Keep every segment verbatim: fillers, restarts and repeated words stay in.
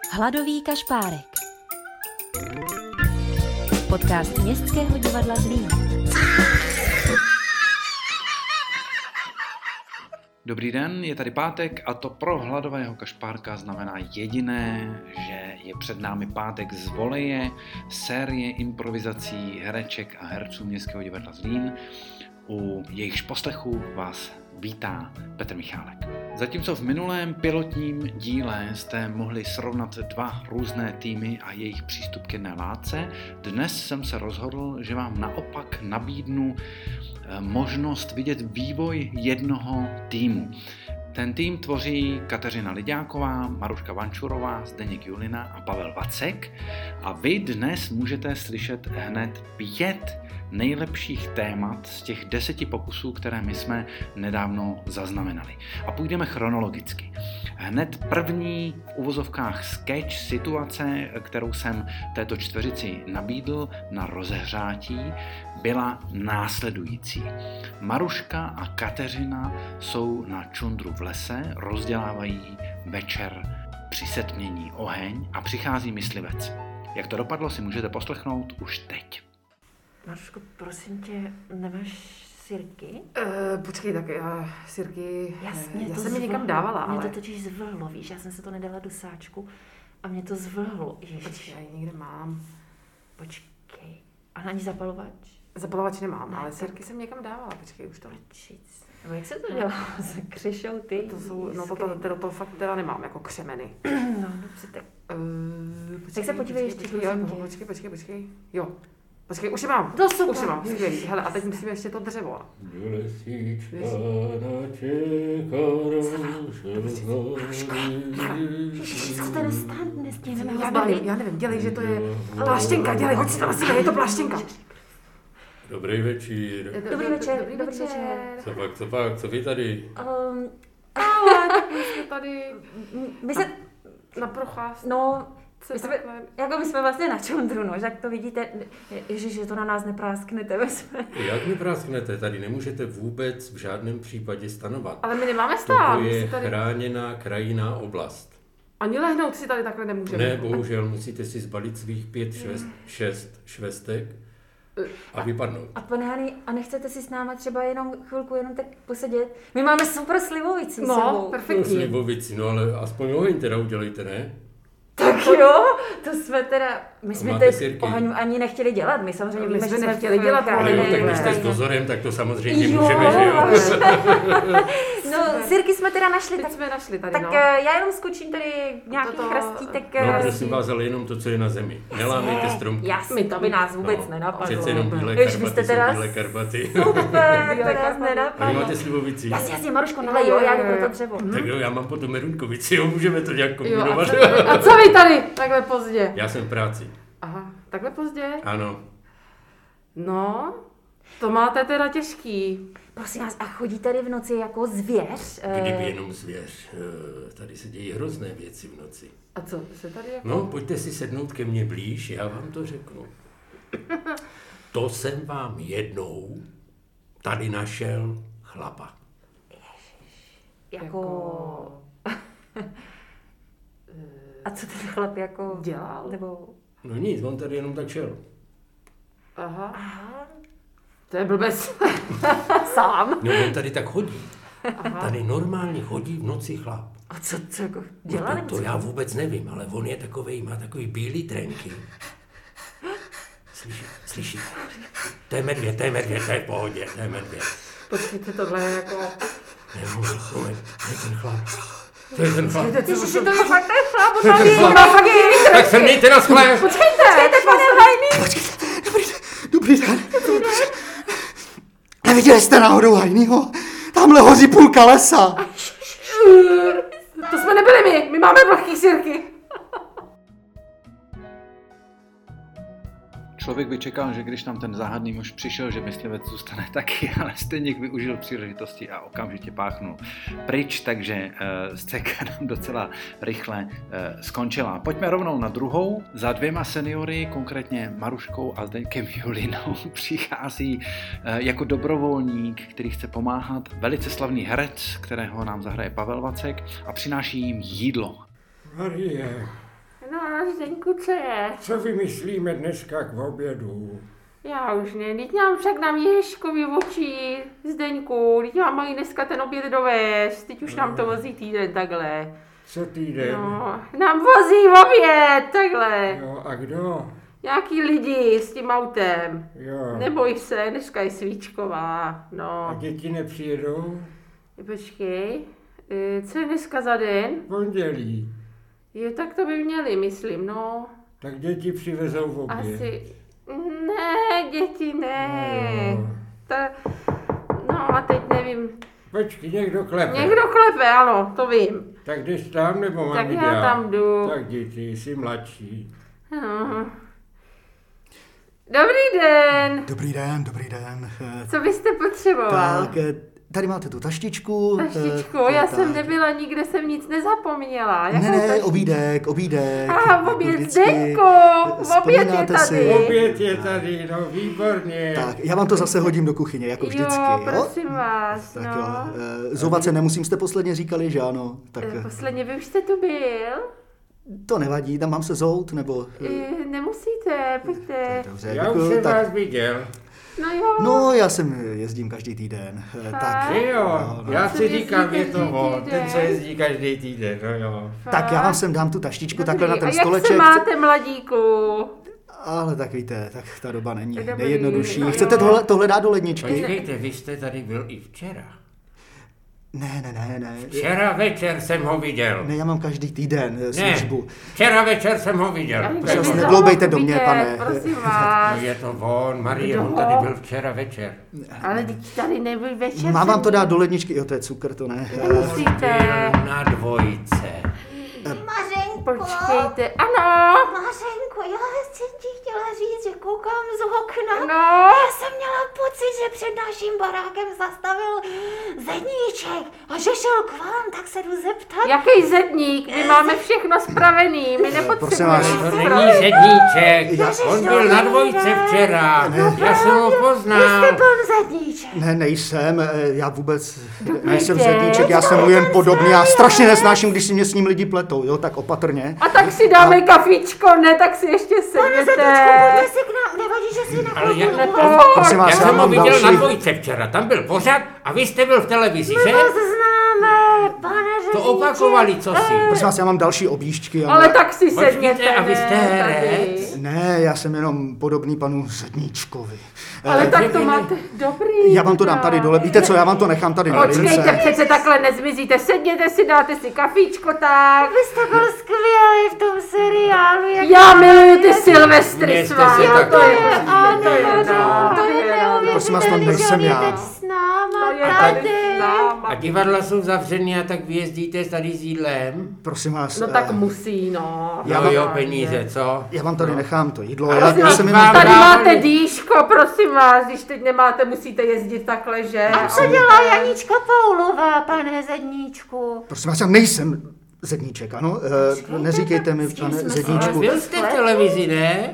Hladový kašpárek. Podcast Městského divadla Zlín. Dobrý den, je tady pátek a to pro Hladového kašpárka znamená jediné, že je před námi pátek z voleje, série improvizací hereček a herců Městského divadla Zlín. U jejichž poslechu vás vítá Petr Michálek. Zatímco v minulém pilotním díle jste mohli srovnat dva různé týmy a jejich přístup k jedné látce, dnes jsem se rozhodl, že vám naopak nabídnu možnost vidět vývoj jednoho týmu. Ten tým tvoří Kateřina Liďáková, Maruška Vančurová, Zdeněk Julina a Pavel Vacek a vy dnes můžete slyšet hned pět nejlepších témat z těch deseti pokusů, které my jsme nedávno zaznamenali. A půjdeme chronologicky. Hned první v uvozovkách sketch situace, kterou jsem této čtveřici nabídl na rozehřátí, byla následující. Maruška a Kateřina jsou na čundru v lese, rozdělávají večer při setmění oheň a přichází myslivec. Jak to dopadlo, si můžete poslechnout už teď. Maruško, prosím tě, nemáš sirky? Uh, počkej, tak já sirky, Jasně, já to jsem je zvlhlo. někam dávala, Mě ale... to totiž zvlhlo, víš, já jsem se to nedala do sáčku a mě to zvlhlo. Ježiš. Počkej, já ji někde mám. Počkej, a ani zapalovač? Zapalovač nemám, Ne, ale tak- sirky jsem někam dávala, počkej, už to... Čic. Nebo jak se to dělá? Se křešou ty? To jsou, no to, to, to, to fakt teda nemám, jako křemeny. No, dobře, tak... Uh, počkej, Tak se podívej počkej, ještě, počkej, jo, prosím tě. počkej, počkej, počkej, jo. Počkej, už je mám. To super. Už je mám, skvělý. Hele, a teď musíme ještě to dřevo. Lesíčka Co to nestane, nestěne Já nevím, já nevím, dělej, že to je pláštěnka, dělej, hoď si to na sebe, je to pláštěnka. Dobrý večer. Dobrý večer, Dobrý dobrý večer. večer. Co pak, co pak, co vy tady? Um, Ale tak my jsme tady my se, na procházce. no, my jsme, takhle. jako my jsme vlastně na čundru, no, že jak to vidíte, ježiš, že to na nás neprásknete, my jsme... Jak mi prásknete? Tady nemůžete vůbec v žádném případě stanovat. Ale my nemáme stát, Toto my je si tady... chráněná krajinná oblast. Ani lehnout si tady takhle nemůžeme. Ne, bohužel musíte si zbalit svých pět, šest, šest švestek a vypadnout. A pane Hany, a nechcete si s náma třeba jenom chvilku jenom tak posedět? My máme super slivovici No, sebou. No, perfektní. slivovici, no ale aspoň oheň teda udělejte, ne? Tak jo, to jsme teda, my jsme máte teď sirky? oheň ani nechtěli dělat, my samozřejmě My víme, jsme že jsme nechtěli v dělat, ale Ale jo, chráněné tak když jste s krajině. dozorem, tak to samozřejmě Jo, můžeme, že jo? No, sirky jsme teda našli, Teď tak, jsme našli tady, tak no. eh, já jenom skočím tady nějaký Toto- chrastítek. No, eh, prosím vás, ale jenom to, co je na zemi. Nelámejte stromky. Jasně, to by nás vůbec No, nenapadlo. Přece jenom bílé Jež, vy karpaty jste jsou teda bílé karpaty. super, Bílé to nás karpaty. A vy nenapadlo. máte slivovici? Jasně, jasně, Maruško, nalej, jo, já jdu pro to dřevo. Tak jo, já mám potom merunkovici, jo, můžeme to nějak Jo, a, kombinovat. co tady, a co vy tady takhle pozdě? Já jsem v práci. Aha, takhle pozdě? Ano. No, to máte teda těžký. Prosím vás, a chodí tady v noci jako zvěř? Eh, Kdyby jenom zvěř. eh, Tady se dějí hrozné věci v noci. A co se tady jako... No, pojďte si sednout ke mně blíž, já vám to řeknu. To jsem vám jednou tady našel chlapa. Jako... A co ten chlap jako... Dělal? Nebo... No nic, on tady jenom tak šel. Aha, Aha, to je blbec. sám. No, on tady tak chodí. Tady normálně chodí v noci chlap. A co, co jako No dělali? to, to já vůbec nevím, ale on je takovej, má takový bílý trenky. Slyší, slyší. To je medvěd, to je medvěd, to je v pohodě, to je medvěd. Počkejte, tohle je jako... Ne, mluvil, mluvil, to je ten chlap. To je ten chlap. Ježiši, to je fakt ten chlap, To je ten chlap. Tak se mějte na skle. Počkejte, pane Hajný. Dobrý den. Neviděli jste náhodou Hajnýho? Tamhle hoří půlka lesa. To jsme nebyli my, my máme vlhký sirky. Člověk by čekal, že když tam ten záhadný muž přišel, že myslivec zůstane taky, ale Zdeněk využil příležitosti a okamžitě páchnul pryč, takže uh, scénka nám docela rychle uh, skončila. Pojďme rovnou na druhou. Za dvěma seniory, konkrétně Maruškou a Zdeňkem Julinou, přichází uh, jako dobrovolník, který chce pomáhat, velice slavný herec, kterého nám zahraje Pavel Vacek, a přináší jim jídlo. Marie, Zdeňku, co je? Co vymyslíme dneska k obědu? Já už ne, teď nám však nám Ježkovi očí, Zdeňku, teď nám mají dneska ten oběd dovést, teď už nám to vozí týden takhle. Co týden? No, nám vozí oběd, takhle. Jo, a kdo? Nějaký lidi s tím autem. Jo. Neboj se, dneska je svíčková, A no. děti nepřijedou? Počkej, e, co je dneska za den? Pondělí. Jo, tak to by měli, myslím, no. Tak děti přivezou v oběd. Asi, ne, děti ne. Jo. Ta, no a teď nevím. Počkej, někdo klepe. Někdo klepe, ano, to vím. Tak jdeš tam, nebo mám Tak jít já tam jdu. Tak děti, jsi mladší. No. Dobrý den. Dobrý den, dobrý den. Eh, Co byste potřeboval? Tak, eh, tady máte tu taštičku. eh, Taštičku, já tak. jsem nebyla nikde, jsem nic nezapomněla. Jakou Ne, ne, taštičku? obídek, obídek. A jako oběd vždycky. Zdeňko, oběd je Vzpomínáte tady. si? Oběd je tady, no výborně. Tak, já vám to zase hodím do kuchyně, jako vždycky, Jo, jo? prosím vás, Tak no. jo, eh, zouvat se nemusím, jste posledně říkali, že ano? Tak Eh, eh, Posledně vy už jste tu byl? to nevadí, tam mám se zout, nebo... eh, Eh, Nemusíte, pojďte. Dobře, Já děkuju, už jsem tak- vás viděl. No jo. No, já jsem jezdím každý týden, eh, tak... Že jo, no. já Co si jezdí říkám, je to každý on, týden? ten, co jezdí každý týden, no jo. Tak já vám sem dám tu taštičku takhle na ten A jak stoleček. se máte, mladíku? Ale tak víte, tak ta doba není Dobrý, nejjednodušší. no Chcete jo. tohle, tohle dát do ledničky? Počkejte, vy jste tady byl i včera. Ne, ne, ne, ne. Včera večer jsem ho viděl. Ne, já mám každý týden eh, Ne, službu. včera večer jsem ho viděl. Já Prosím vás, bych nebloubejte do mě, vidět, pane. Prosím No vás. je to on, Marie, on Kdo? tady byl včera večer. Ale teď tady nebyl večer. Mám vám jsem- to dát do ledničky? Jo, to je cukr, to ne. Eh, Nemusíte. Byl na dvojce. Mařenko, Počkejte, ano. Mařenko, já jsem ti chtěla říct, že koukám z okna. No. Já jsem měla pocit, že před naším barákem zastavil zedníček a že šel k vám, tak se jdu zeptat. Jaký zedník? My máme všechno spravený, my prosím nepotřebujeme vás. To nic není spravit. zedníček, Já- on byl na dvojce včera. Já jsem ho poznal. Jste byl zedníček. Ne, nejsem, eh, já vůbec nejsem zedníček, já jsem mu jen podobný, já strašně nesnáším, když si mě s ním lidi pletou, jo, tak opatrně. A tak si dáme kafičko, ne, tak si ještě sedněte. Pojďte si k nám, nevadí, že si na Ale já, Prosím vás, já já jsem ho mám viděl další- na dvojce včera, tam byl pořad a vy jste byl v televizi, že? vás známe, pane To řezníček. opakovali, co si. Prosím vás, já mám další objížďky, Ale tak si Počkejte, sedněte, a vy jste ne, herec? tady. Ne, já jsem jenom podobný panu Zedníčkovi. Ale Eh, tak to vy- máte dobrý. Já vám to dám tady dole, víte co, já vám to nechám tady na Počkejte, lince. přece takhle nezmizíte, sedněte si, dáte si kafíčko, tak. Vy jste byl skvělý v tom seriálu. Jak Já miluju ty Silvestry Mě s jste vámi. se taky To je líbí. Ano, to je ano, no, to je neuvěřitelné, Prosím vás, to že nejsem on je já. teď s náma To je tady tady. s náma. A divadla jsou zavřený a tak vy jezdíte tady s jídlem? Prosím vás, No eh, tak musí, no. Jo, vám- jo, peníze, co? já vám tady nechám to jídlo, Ale já, já teď jsem vám jenom... Tady dávali- máte dýško, prosím vás, když teď nemáte, musíte jezdit takhle, že? A co dělá Janička Paulová, pane Zedníčku? Prosím vás, já nejsem Zedníček, ano? Eh, neříkejte mi, s kým pane jsme se- Ale Zedníčku. byl jste v televizi, ne?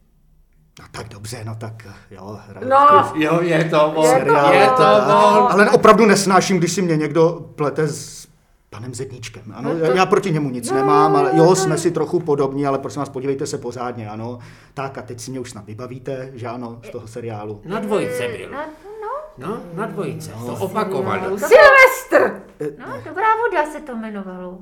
No tak dobře, no tak eh, jo. hraju No, Jo, je to on. seriál, Je tak, to on. ale opravdu nesnáším, když si mě někdo plete s panem Zedníčkem. Ano, já, já proti němu nic nemám, ale jo, jsme si trochu podobní, ale prosím vás, podívejte se pořádně, ano. Tak a teď si mě už snad vybavíte, že ano, z toho seriálu. Na dvojce byl. No, no, No, na dvojce. To opakovali. Silvestr! no, dobrá voda se to jmenovalo.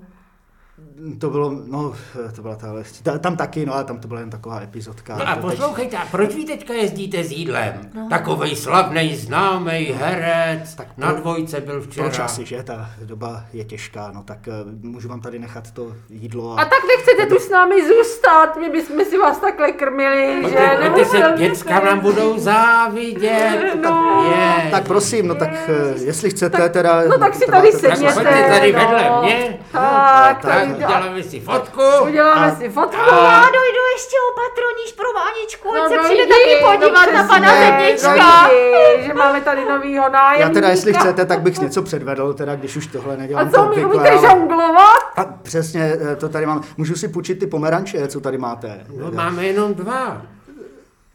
To bylo, no, to byla ta, ta tam taky, no, ale tam to byla jen taková epizodka. No a To teď- poslouchejte, a proč vy teďka jezdíte s jídlem? Takovej slavnej, známej herec, tak na dvojce byl včera. Proč asi, že? Ta doba je těžká, no tak eh, můžu vám tady nechat to jídlo. A tak nechcete tu s námi zůstat, my bychom si vás takhle krmili, že? Pojďte, pojďte se, Nemusel děcka byste. nám budou závidět. No. Je. Tak prosím, no tak eh, jestli chcete teda... no tak si trváte tady tak- Tak sedněte. pojďte tady no. vedle mě. Tak, Tak tak, uděláme si fotku. uděláme si fotku. Já dojdu ještě opatroníš pro Váničku, ať se no přijde jdi, taky podívat no na pana přesně, Zednička. no jdi, že máme tady novýho nájemníka. Já teda, jestli chcete, tak bych něco předvedl, teda když už tohle A nedělám. co, to mi obvykle, umíte ale- žonglovat? A přesně, eh, to tady mám. Můžu si půjčit ty pomeranče, co tady máte? No, máme jenom dva.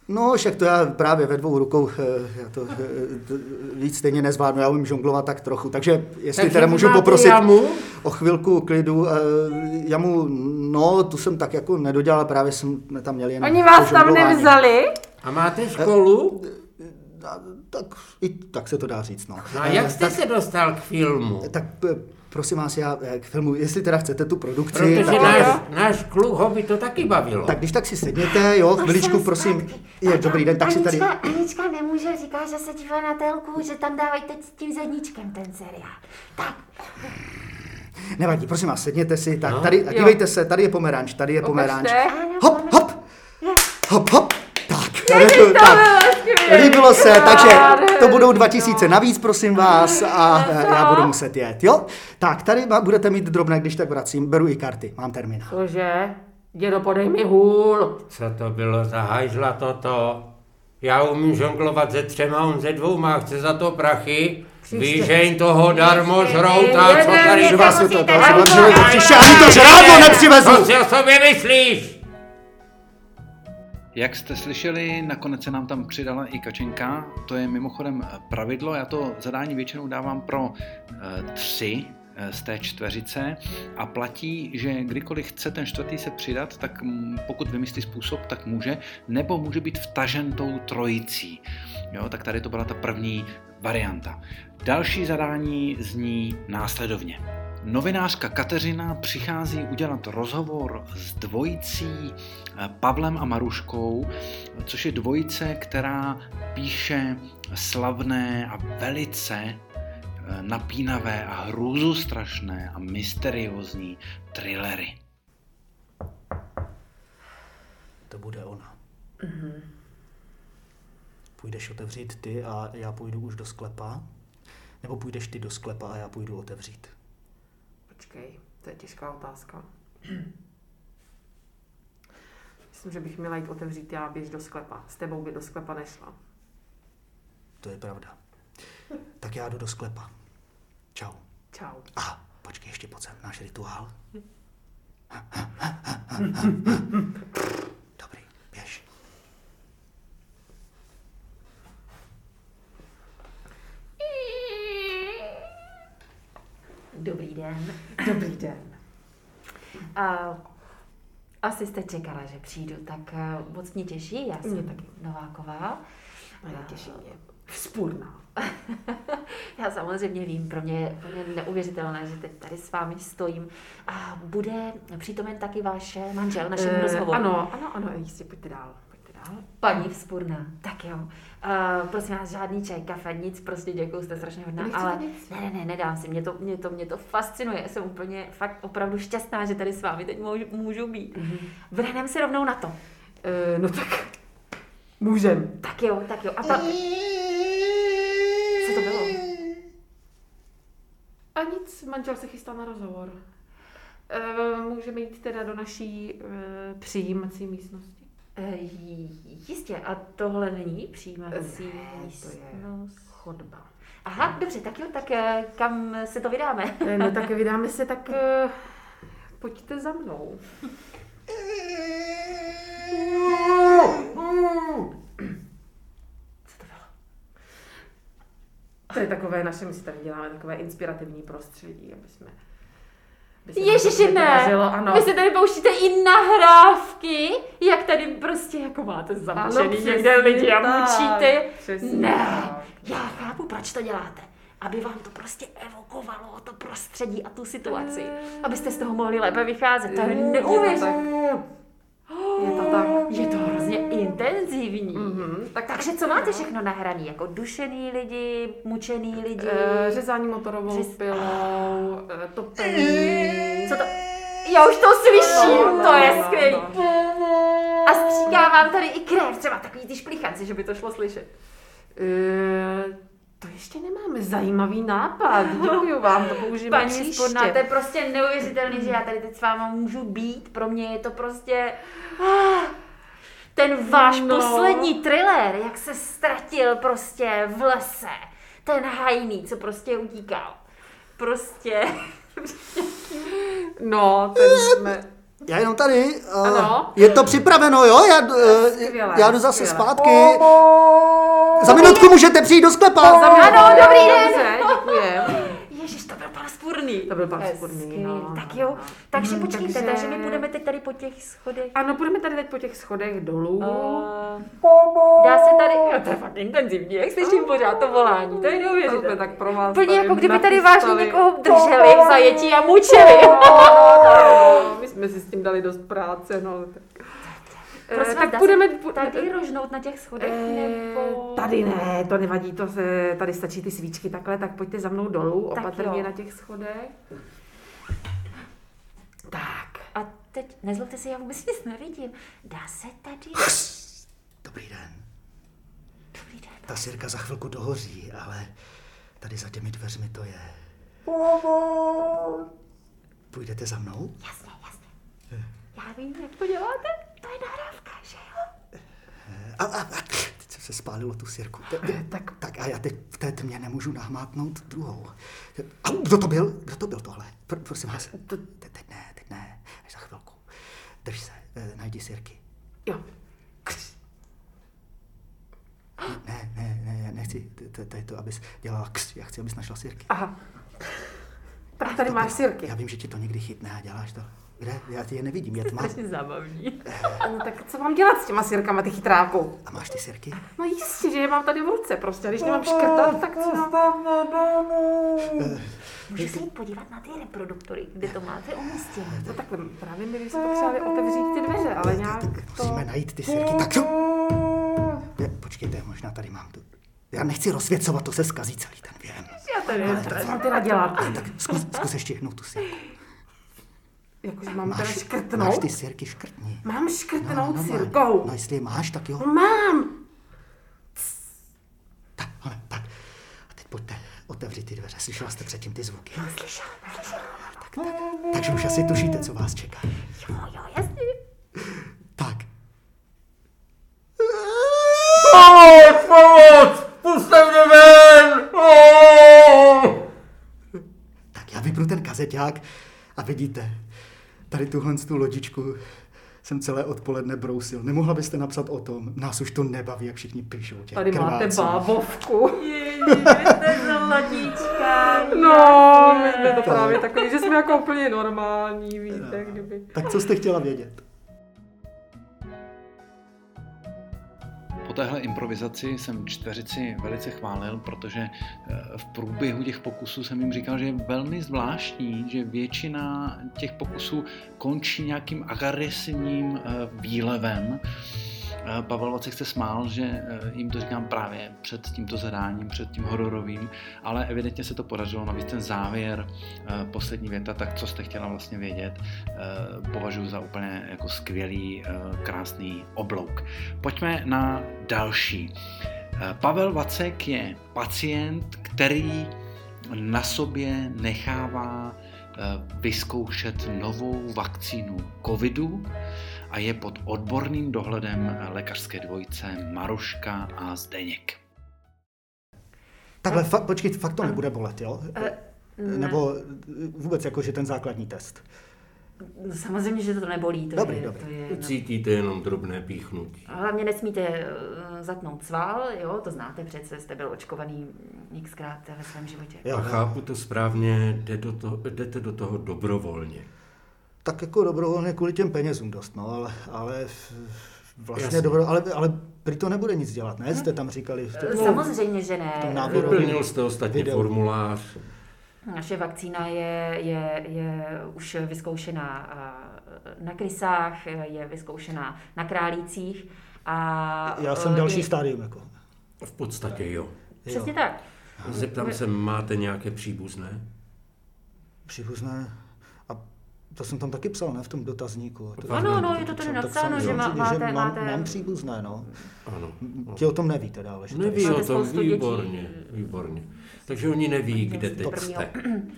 No, však to já právě ve dvou rukou, já to, to víc stejně nezvládnu, já umím žonglovat tak trochu, takže jestli takže teda můžu poprosit jamu? o chvilku klidu, jamu, no, tu jsem tak jako nedodělal, právě jsme tam měli jenom Oni vás tam nevzali? A máte školu? Tak, i tak se to dá říct, no. No a jak jste tak, se dostal k filmu? Tak prosím vás, já k filmu, jestli teda chcete tu produkci... Protože tak, náš, náš kluk ho by to taky bavilo. Tak když tak si sedněte, jo, chviličku, prosím. Je, dobrý den, tak si tady... Anička, Anička nemůže, říká, že se dívá na telku, že tam dávají teď s tím zedníčkem ten seriál. Tak. Nevadí, prosím vás, sedněte si, tak no, tady, a dívejte se, tady je pomeranč, tady je pomeranč. Hop, hop, hop, hop, tak, tak, líbilo se, takže to budou dva tisíce navíc, prosím vás, a já budu muset jet, jo? Tak, tady budete mít drobné, když tak vracím, beru i karty, mám terminál. Cože? Dědo, podej mi hůl. Co to bylo za hajzla toto? Já umím žonglovat ze třema, on ze dvouma, chce za to prachy. Vyžeň toho darmo žrouta, co tady... Že vás je to, to se vám žrouta přiště, ani to žrádlo nepřivezu! Co si o sobě myslíš? Jak jste slyšeli, nakonec se nám tam přidala i Kačenka. To je mimochodem pravidlo, já to zadání většinou dávám pro e, tři z té čtveřice a platí, že kdykoliv chce ten čtvrtý se přidat, tak pokud vymyslí způsob, tak může, nebo může být vtažen tou trojicí. Jo, tak tady to byla ta první varianta. Další zadání zní následovně. Novinářka Kateřina přichází udělat rozhovor s dvojicí Pavlem a Maruškou, což je dvojice, která píše slavné a velice napínavé a hrůzostrašné a mysteriózní thrillery. To bude ona. Mm-hmm. Půjdeš otevřít ty a já půjdu už do sklepa? Nebo půjdeš ty do sklepa a já půjdu otevřít? Počkej, to je těžká otázka. Myslím, že bych měla jít otevřít, já běž do sklepa. S tebou by do sklepa nešla. To je pravda. Tak já jdu do sklepa. Čau. Čau. A počkej, ještě pojď sem, náš rituál. Dobrý, běž. Dobrý den. Dobrý den. Uh, asi jste čekala, že přijdu, tak uh, moc mě těší, já jsem mě taky. Nováková. A já těší mě. Vzpůrná. Já samozřejmě vím, pro mě, pro mě neuvěřitelné, že teď tady s vámi stojím. A bude přítomen taky váš manžel našem e, rozhovoru. Ano, ano, ano, jistě, pojďte dál. Pojďte dál. Paní Vzpůrná, tak jo. Uh, prosím vás, žádný čaj, kafe, nic, prostě děkuju, jste strašně hodná, ale nic? ne, ne, ne, nedám si, mě to, mě to, mě to fascinuje, jsem úplně fakt opravdu šťastná, že tady s vámi teď můžu, můžu být. Mm-hmm. Vrhneme se rovnou na to. E, no tak, můžem. Tak jo, tak jo. A ta... Co to bylo? A nic, manžel se chystá na rozhovor. E, můžeme jít teda do naší e, přijímací místnosti? E, jistě, a tohle není přijímací ne, místnost? To je chodba. Aha, dobře, tak jo, tak kam se to vydáme? E, no tak vydáme se, tak e, pojďte za mnou. Co to bylo? To je takové naše, my si tady děláme takové inspirativní prostředí, aby jsme... Ježiši, ne! Ano. Vy si tady pouštíte i nahrávky, jak tady prostě jako máte zamčený někde lidi a mučíte. Ne, já chápu, proč to děláte. Aby vám to prostě evokovalo to prostředí a tu situaci. Abyste z toho mohli lépe vycházet. To je neuvěřitelné. Je to tak. Je to hrozně intenzivní. Mm-hmm. Tak, Takže co máte všechno nahraný? Jako dušený lidi, mučený lidi? E, řezání motorovou Řez... pilou, e, topení. Co to? Já už to slyším, no, no, to je no, skvělý. No, no. A stříká vám tady i krev, třeba takový ty šplichanci, že by to šlo slyšet. E, to ještě nemáme zajímavý nápad. Děkuju vám, to použijeme Paní příště. Vzpůrná, to je prostě neuvěřitelný, že já tady teď s váma můžu být. Pro mě je to prostě... Ten váš no. poslední thriller, jak se ztratil prostě v lese. Ten hajný, co prostě utíkal. Prostě... No, ten jsme... Já jenom tady. Uh, Ano? Je to připraveno, jo? Já, uh, Skvěle, já jdu zase skvěle. zpátky. Za minutku můžete přijít do sklepa. Ano, dobrý den. Dobře, děkujem. Ježiš, to byl paskvrný. To byl paskvrný, no. Tak jo, takže Hmm, počkejte, takže- takže my půjdeme teď tady po těch schodech. Ano, půjdeme tady teď po těch schodech dolů. Uh, dá se tady, jo, to je fakt intenzivní, jak slyším pořád to volání, to je To jsme neuvěřitelné. tak pro vás Úplně tady jako kdyby tady vážně nachystali. někoho drželi v zajetí a mučili. No, my jsme si s tím dali dost práce, no. Tak, Prosím Eh, vás, tak dá půjdeme... se tady rožnout na těch schodech, nebo... Tady ne, to nevadí, to se, tady stačí ty svíčky takhle, tak pojďte za mnou dolů, Tak opatrně jo. na těch schodech. Tak. A teď, nezlobte se, já vůbec nic nevidím. Dá se tady... Dobrý den. Dobrý den. Ta sirka za chvilku dohoří, ale tady za těmi dveřmi to je. Půjdete za mnou? Jasně, jasně. Já vím, jak to děláte. To je nahrávka, že jo? A, a, a teď se spálilo tu sirku. Te, te, tak, tak a já teď v té tmě nemůžu nahmátnout druhou. A kdo to byl? Kdo to byl tohle? Pr- prosím vás. To- Te, teď ne, teď ne. Až za chvilku. Drž se, eh, najdi sirky. Jo. Ne, ne, ne, já nechci to, to je to, abys dělala ks. Já chci, abys našla sirky. Aha. Tak tady máš sirky. Já vím, že ti to někdy chytne a děláš to. Kde? Já ti je nevidím, je tma. Strašně zábavní. No, tak co mám dělat s těma sirkama, ty chytráku? A máš ty sirky? No jistě, že je mám tady v ruce prostě, a když nemám škrtat, tak co? Můžu se jít podívat na ty reproduktory, kde to máte umístěné. No takhle, právě my jsme potřebovali otevřít ty dveře, ale nějak to... Musíme najít ty sirky. Tak to... Je, počkejte, možná tady mám tu... Já nechci rozsvěcovat, to se zkazí celý ten věm. Já tady nevím, co mám teda dělat. Tak zkus, zkus ještě jednou tu sirku. Jakože mám teda Máš, máš škrtnout? ty sirky škrtni. Mám škrtnout normálně. sirkou. No jestli je máš, tak jo. Mám. Tak, ale, tak. A teď pojďte, otevři ty dveře. Slyšela jste předtím ty zvuky? Slyšela, slyšela. Tak, tak. Takže už asi tušíte, co vás čeká. Jo, jo, jasně. Tak. Pomoc, pomoc! Puste mě ven! Oh! Tak já vypnu ten kazeťák a vidíte, tady tuhle tu lodičku jsem celé odpoledne brousil. Nemohla byste napsat o tom? Nás už to nebaví, jak všichni píšou. Těch Tady máte krváců. bábovku. Ježiš, jste zlatíčka. No, my jsme to právě takový, že jsme jako úplně normální, víte, kdyby. Tak co jste chtěla vědět? Po téhle improvizaci jsem čtveřici velice chválil, protože v průběhu těch pokusů jsem jim říkal, že je velmi zvláštní, že většina těch pokusů končí nějakým agresivním výlevem. Pavel Vacek se smál, že jim to říkám právě před tímto zadáním, před tím hororovým, ale evidentně se to podařilo, navíc ten závěr, poslední věta, tak co jste chtěla vlastně vědět, považuji za úplně jako skvělý, krásný oblouk. Pojďme na další. Pavel Vacek je pacient, který na sobě nechává vyzkoušet novou vakcínu covidu a je pod odborným dohledem lékařské dvojice Maruška a Zdeněk. Takhle, fa- počkej, fakt to nebude bolet, jo? Ne. Nebo vůbec jako, že ten základní test. No, samozřejmě, že to nebolí. To Dobrý, je, dobrý. To je, no. Cítíte jenom drobné píchnutí. Hlavně nesmíte uh, zatnout sval, jo, to znáte přece, jste byl očkovaný xkrát ve svém životě. Jo, A chápu to správně, jde do toho, jdete do toho dobrovolně. tak jako dobrovolně kvůli těm penězům dost, no, ale, ale vlastně Jasně. dobro, ale, ale prý to nebude nic dělat, ne? Jste tam říkali. V No, samozřejmě, že ne. tom náboru. Vyplnil jste ostatně Video. formulář. Naše vakcína je, je, je už vyzkoušená uh, na krysách, je vyzkoušená na králících. A, Já jsem uh, další je, stádium, jako. V podstatě jo. Přesně tak. Zeptám se, máte nějaké příbuzné? Příbuzné. A to jsem tam taky psal, ne? V tom dotazníku. To, Ano, no, je to tady jsem napsáno, psal, že má- samozřejmě, máte- mám, máte- mám příbuzné, no. Ano. Ti o tom nevíte dále. Že Neví tady- o Máte tom, spoustu dětí. výborně, výborně. Takže oni neví, kde teď prvního. jste.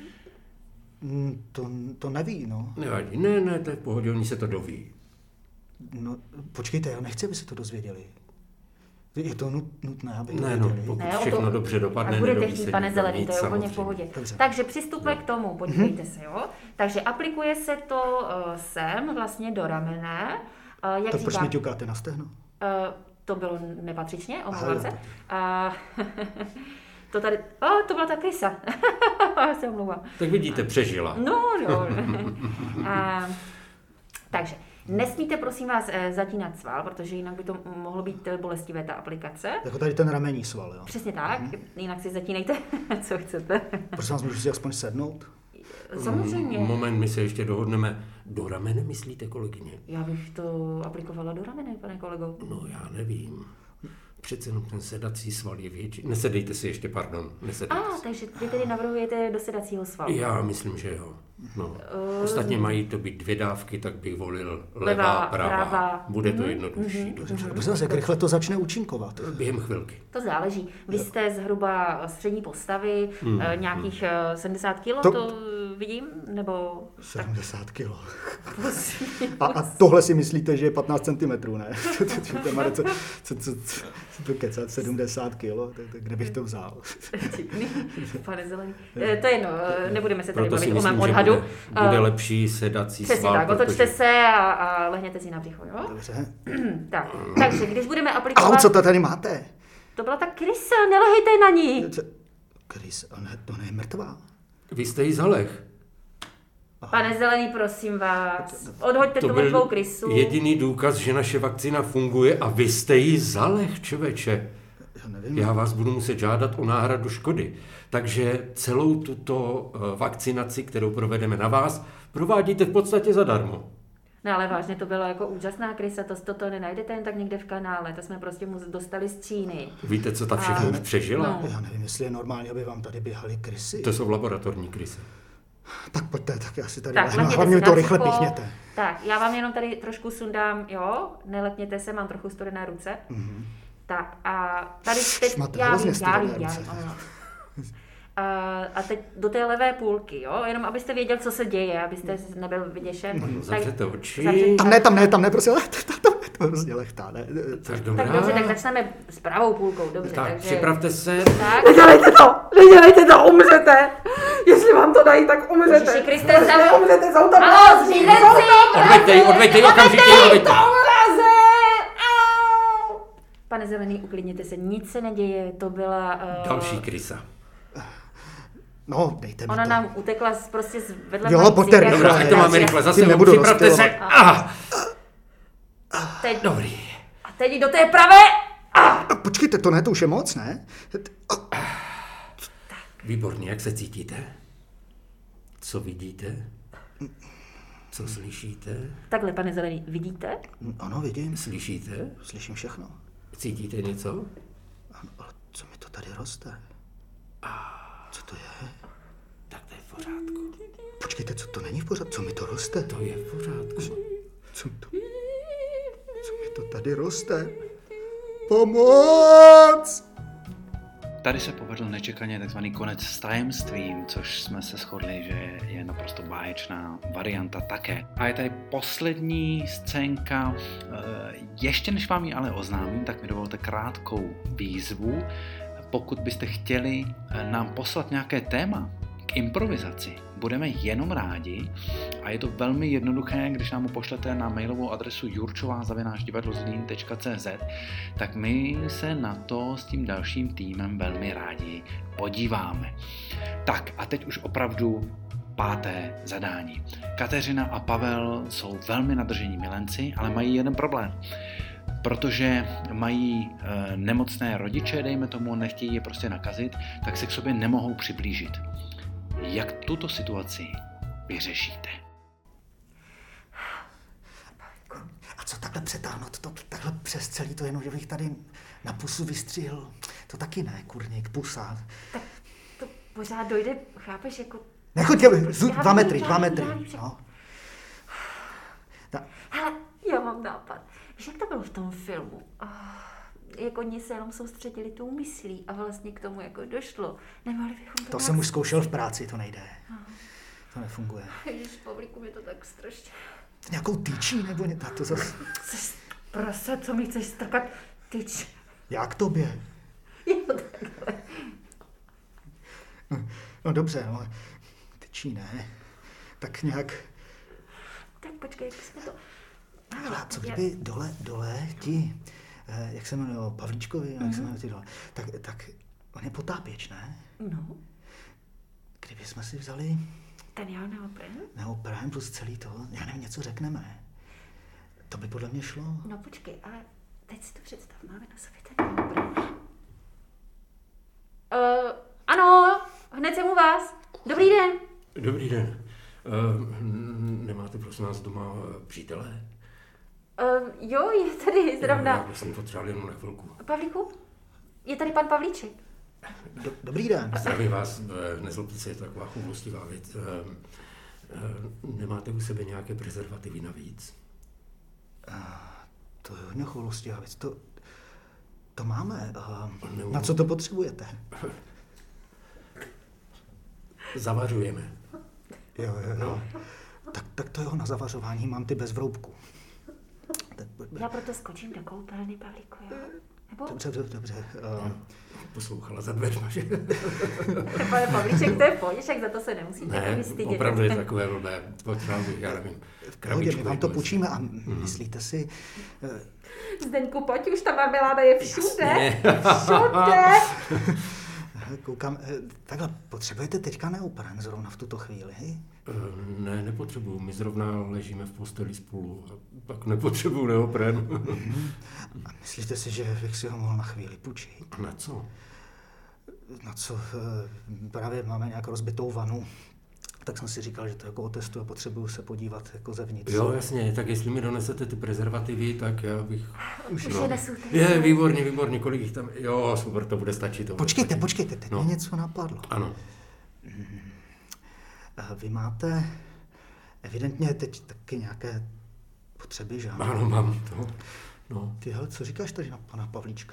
Mm, To, to neví, no. Nevadí, ne, ne, to je v pohodě, oni se to doví. no. Počkejte, já nechci, aby se to dozvěděli. Je to nutné, aby Ne, no, pokud Ne, o všechno to- dobře dopadne, a budete nedoví chtít, se pane nikdo Zelený, nic, to je úplně v samozřejmě. pohodě. Dobře. Takže přistupme No. k tomu, podívejte se, jo. Takže aplikuje se to uh, sem vlastně do ramene. Uh, jak Tak proč říkám, mi ťukáte na stehno? uh, to bylo nepatřičně, omlouvám Aha, se. jo. Uh, to tady, oh, to byla ta krysa. Já se omlouvám. Tak vidíte, přežila. No, no. A, takže nesmíte, prosím vás, eh, zatínat sval, protože jinak by to mohlo být eh, bolestivé, ta aplikace. Jako tady ten ramení sval, jo. Přesně tak, jinak si zatínejte, co chcete. Prosím vás, můžu si aspoň sednout? Samozřejmě. Moment, my se ještě dohodneme. Do ramene myslíte, kolegyně? Já bych to aplikovala do ramene, pane kolego. No, já nevím. Přece jenom ten sedací sval je větší. Nesedejte si ještě, pardon. A, Nesedejte ah, si. takže vy tedy navrhujete do sedacího svalu. Já myslím, že jo. No. Ostatně mají to být dvě dávky, tak bych volil levá, Levá, pravá. pravá. Bude to Mhm, jednodušší. mhm, Dobře. Prosím vás, jak rychle to začne účinkovat? Během chvilky. To záleží. Vy jste zhruba střední postavy, Hmm, eh, nějakých eh, sedmdesát kilo, To- to, vidím, nebo... sedmdesát kilo. Prosím. A, a tohle si myslíte, že je patnáct centimetrů, ne? To má co, co, co, co, to kecat, sedmdesát kilo, tak, tak kde bych to vzal? Pane Zelený. Eh, To je jedno, eh, nebudeme se tady Proto si bavit o mém myslím, že odhadu. bude, bude lepší sedací Přesně sval, tak, otočte protože... se a, a lehněte si na břicho, jo? Dobře. Tak, takže když budeme Au, aplikovat... co to tady máte? To byla ta krysa, nelehejte na ní. Co- Chris, ona, ona je mrtvá. Vy jste jí zaleh. Pane Zelený, prosím vás, odhoďte To tu byl mrtvou krysu. jediný důkaz, že naše vakcína funguje a vy jste jí zaleh, čověče. Já nevím. Já vás budu muset žádat o náhradu škody. Takže celou tuto eh, vakcinaci, kterou provedeme na vás, provádíte v podstatě zadarmo. No ale vážně, to byla jako úžasná krysa, to, to, to nenajdete jen tak někde v kanále, to jsme prostě mu dostali z Číny. Víte, co ta všechno A- už přežila? no. Já nevím, jestli je normální, aby vám tady běhaly krysy. To jsou laboratorní kryse. Tak pojďte, tak já si tady Tak, lehnu. lehněte Hlavně si mi to na rychle břicho. pichněte. Tak, já vám jenom tady trošku sundám, jo, nelekněte se, mám trochu studené ruce. Mhm. Tak a tady teď, Máte já hrozně vím, já vím, studené já ruce. vím, ano. A, a teď do té levé půlky, jo, jenom abyste věděl, co se děje, abyste nebyl vyděšen. Zavřete oči. zavřete- Tam ne, tam ne, tam ne, prosím, tam ne, to hrozně lechtá, ne? Tak dobrá. Tak dobře, tak začneme s pravou půlkou, dobře, Tak, takže... připravte se. Tak, Nedělejte to! Nedělejte to, umřete! Jestli vám to dají, tak umřete! Ježiši Kriste, zav- Umřete, jsou to Halo, zřízenci! Odveďte ji, odveďte ji, okamžitě ji odveďte. Pane Zelený, uklidněte se, nic se neděje, to byla... Uh, Další krysa. No, dejte mi Ona to. nám utekla z, prostě z vedle Jo, mojí pojďte cigarety. rychle. Dobrá, ať to máme rychle za Tím sebou. nebudu Připravte se. rozptylovat. Ah, Teď, dobrý. a teď do té pravé! A počkejte, to ne, to už je moc, ne? O, Výborně, jak se cítíte? Co vidíte? Co slyšíte? Takhle, pane Zelený, vidíte? Ano, vidím, Slyšíte? slyším všechno. Cítíte něco? Ano, ale co mi to tady roste? Co to je? Tak to je v pořádku. Počkejte, co to není v pořádku? Co mi to roste? To je v pořádku. Co to? Co mi to tady roste? Pomoc! Tady se povedl nečekaně takzvaný konec s tajemstvím, což jsme se shodli, že je naprosto báječná varianta také. A je tady poslední scénka. Ještě než vám ji ale oznámím, tak mi dovolte krátkou výzvu. Pokud byste chtěli nám poslat nějaké téma k improvizaci, budeme jenom rádi a je to velmi jednoduché, když nám ho pošlete na mailovou adresu jurčová zavináč divadlo zlín tečka cé zet, tak my se na to s tím dalším týmem velmi rádi podíváme. Tak a teď už opravdu páté zadání. Kateřina a Pavel jsou velmi nadržení milenci, ale mají jeden problém. Protože mají e, nemocné rodiče, dejme tomu, nechtějí je prostě nakazit, tak se k sobě nemohou přiblížit. Jak tuto situaci vyřešíte? A co takhle přetáhnout to takhle přes celý to, jenom že bych tady na pusu vystřihl? To taky ne, kurník, pusa. Tak to pořád dojde, chápeš, jako... Nechoď, zud, Já dva vím, metry, já dva vím, metry. já vím, že- No. Ta, Hele, já mám nápad. Víš, jak to bylo v tom filmu? Oh, jak oni se jenom soustředili tou myslí a vlastně k tomu jako došlo. Nemohli bychom to... to nějak- jsem už zkoušel v práci, to nejde. To nefunguje. Ježiš, Pavlíku, mě to tak strašně... Nějakou tyčí nebo něco, to zase... Chceš, prase, co mi chceš strkat? Tyč. Já k tobě. Jo, takhle. No, no dobře, no. Tyčí ne. Tak nějak... Tak počkej, jak jsme to... Ale co kdyby dole, dole ti, eh, jak se jmenuje, Pavlíčkovi, mm-hmm. jak se jmenuje ty dole, tak, tak on je potápěč, ne? No. Kdyby jsme si vzali... Ten já neopren? Neopren plus celý to, já nevím, něco řekneme. To by podle mě šlo. No počkej, ale teď si to představ, máme na sobě ten neopren. Uh, ano, hned jsem u vás. Dobrý den. Dobrý den. Uh, nemáte prosím nás doma přítele? Uh, jo, je tady zrovna. Já jsem potřeboval jenom na chvilku. Pavlíku, je tady pan Pavlíček. Do, dobrý den. Zdravím vás, nezlobte se, je to taková choulostivá věc. Uh, uh, nemáte u sebe nějaké prezervativy navíc? Uh, to je hodně choulostivá věc. To, to máme. Uh, na co to potřebujete? Zavařujeme. Jo, jo, jo. Tak, tak to jo, na zavařování mám ty bez vroubku. Já proto skočím do koupelny, Pavlíku, jo? Nebo? Dobře, dobře, dobře. Uh... Poslouchala za dveřma, že? Pane Pavlíček, to je poděšek, za to se nemusíte ne, vystydět. opravdu je takové blbé. Potřeba bych, já nevím, krabičku. My vám to půjčíme a myslíte si... Uh... Zdeňku, pojď, už ta marmeláda je všude. Všude. Koukám, takhle, potřebujete teďka neopren zrovna v tuto chvíli? Ne, nepotřebuju, my zrovna ležíme v posteli spolu, a pak nepotřebuju neopren. A myslíte si, že bych si ho mohl na chvíli půjčit? Na co? Na co, právě máme nějak rozbitou vanu, tak jsem si říkal, že to jako otestuju a potřebuju se podívat jako zevnitř. Jo, jasně, tak jestli mi donesete ty prezervativy, tak já bych... Už no. je nesu. Je, výborně, výborně, kolik jich tam... Jo, super, to bude stačit. To bude počkejte, stačit. počkejte, teď no. mě něco napadlo. Ano. Vy máte evidentně teď taky nějaké potřeby, že? Ano, mám to. No. Ty hele, co říkáš tady na pana Pavlíčka?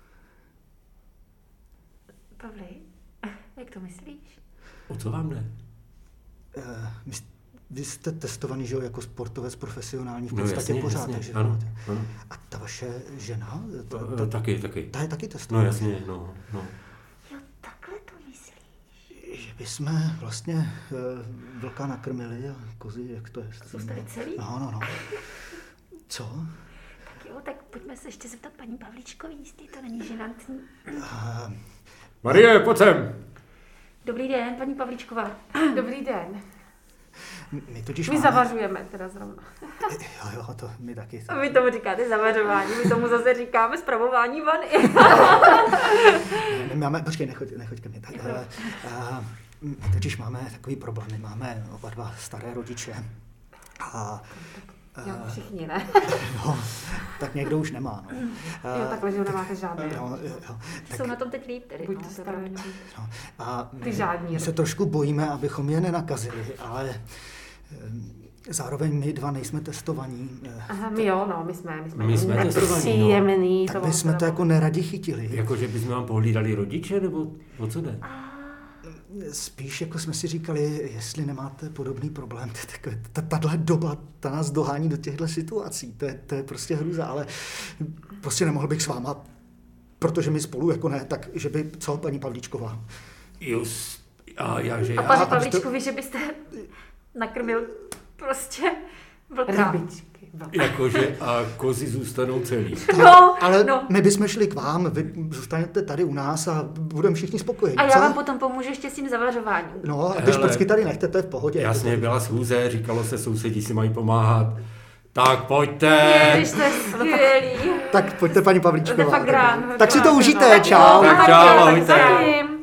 Pavli, jak to myslíš? O co vám jde? Uh, vy jste testovaný, že jo, jako sportovec profesionální v no, podstatě jasně, pořád, jasně, takže ano, ano. A ta vaše žena? Ta, ta, taky, taky. Ta je taky testovaná? No jasně, no, no. Jo, takhle to myslíš? Že bychom vlastně uh, vlka nakrmili a kozy, jak to je? Zůstali celý? No, no, no. Co? Tak jo, tak pojďme se ještě zeptat paní Pavlíčkový, jestli to není žinantní. Uh, Marie, pojď sem! Dobrý den, paní Pavlíčková. Dobrý den. My totiž My máme... zavařujeme teda zrovna. Jo, jo, to my taky. A vy tomu říkáte zavařování, my tomu zase říkáme spravování vany. My máme, počkej, nechoď, nechoď ke mně. Tak, uh, uh, my totiž máme takový problém, my máme oba dva staré rodiče. A... Uh, jo, všichni, ne? No, tak někdo už nemá, no. Uh, jo, takhle, že ho nemáte žádný. Jo, jo, jo. Tak, jsou na tom teď líp, tedy. Buď to staré. No, a ty žádní. My se trošku bojíme, abychom je nenakazili, ale zároveň my dva nejsme testovaní. Aha, my jo, no, my jsme, my jsme, my jsme nepříjemný. No. Tak bychom to jako neradi chytili. Jakože bychom vám pohlídali rodiče, nebo o co jde? Spíš jako jsme si říkali, jestli nemáte podobný problém, tahle doba, ta nás dohání do těchto situací, to je, to je prostě hrůza, ale prostě nemohl bych s váma, protože my spolu jako ne, tak že by, co paní Pavlíčková? Just, a já, že já. A paní Pavlíčkovi, že byste nakrmil prostě vlka. Rybičky. Jakože a kozy zůstanou celý. No, ale no. my bychom šli k vám, vy zůstanete tady u nás a budeme všichni spokojení. A já co? vám potom pomůžu ještě s tím zavařováním. No, a ty šprcky tady nechte, to je v pohodě. Jasně, byla schůze, říkalo se, sousedí si mají pomáhat. Tak pojďte. Ježiš, to je skvělý. Tak pojďte, paní Pavlíčková. To je fakt rád. Tak si to užijte, čau. Tak čau, ahojte.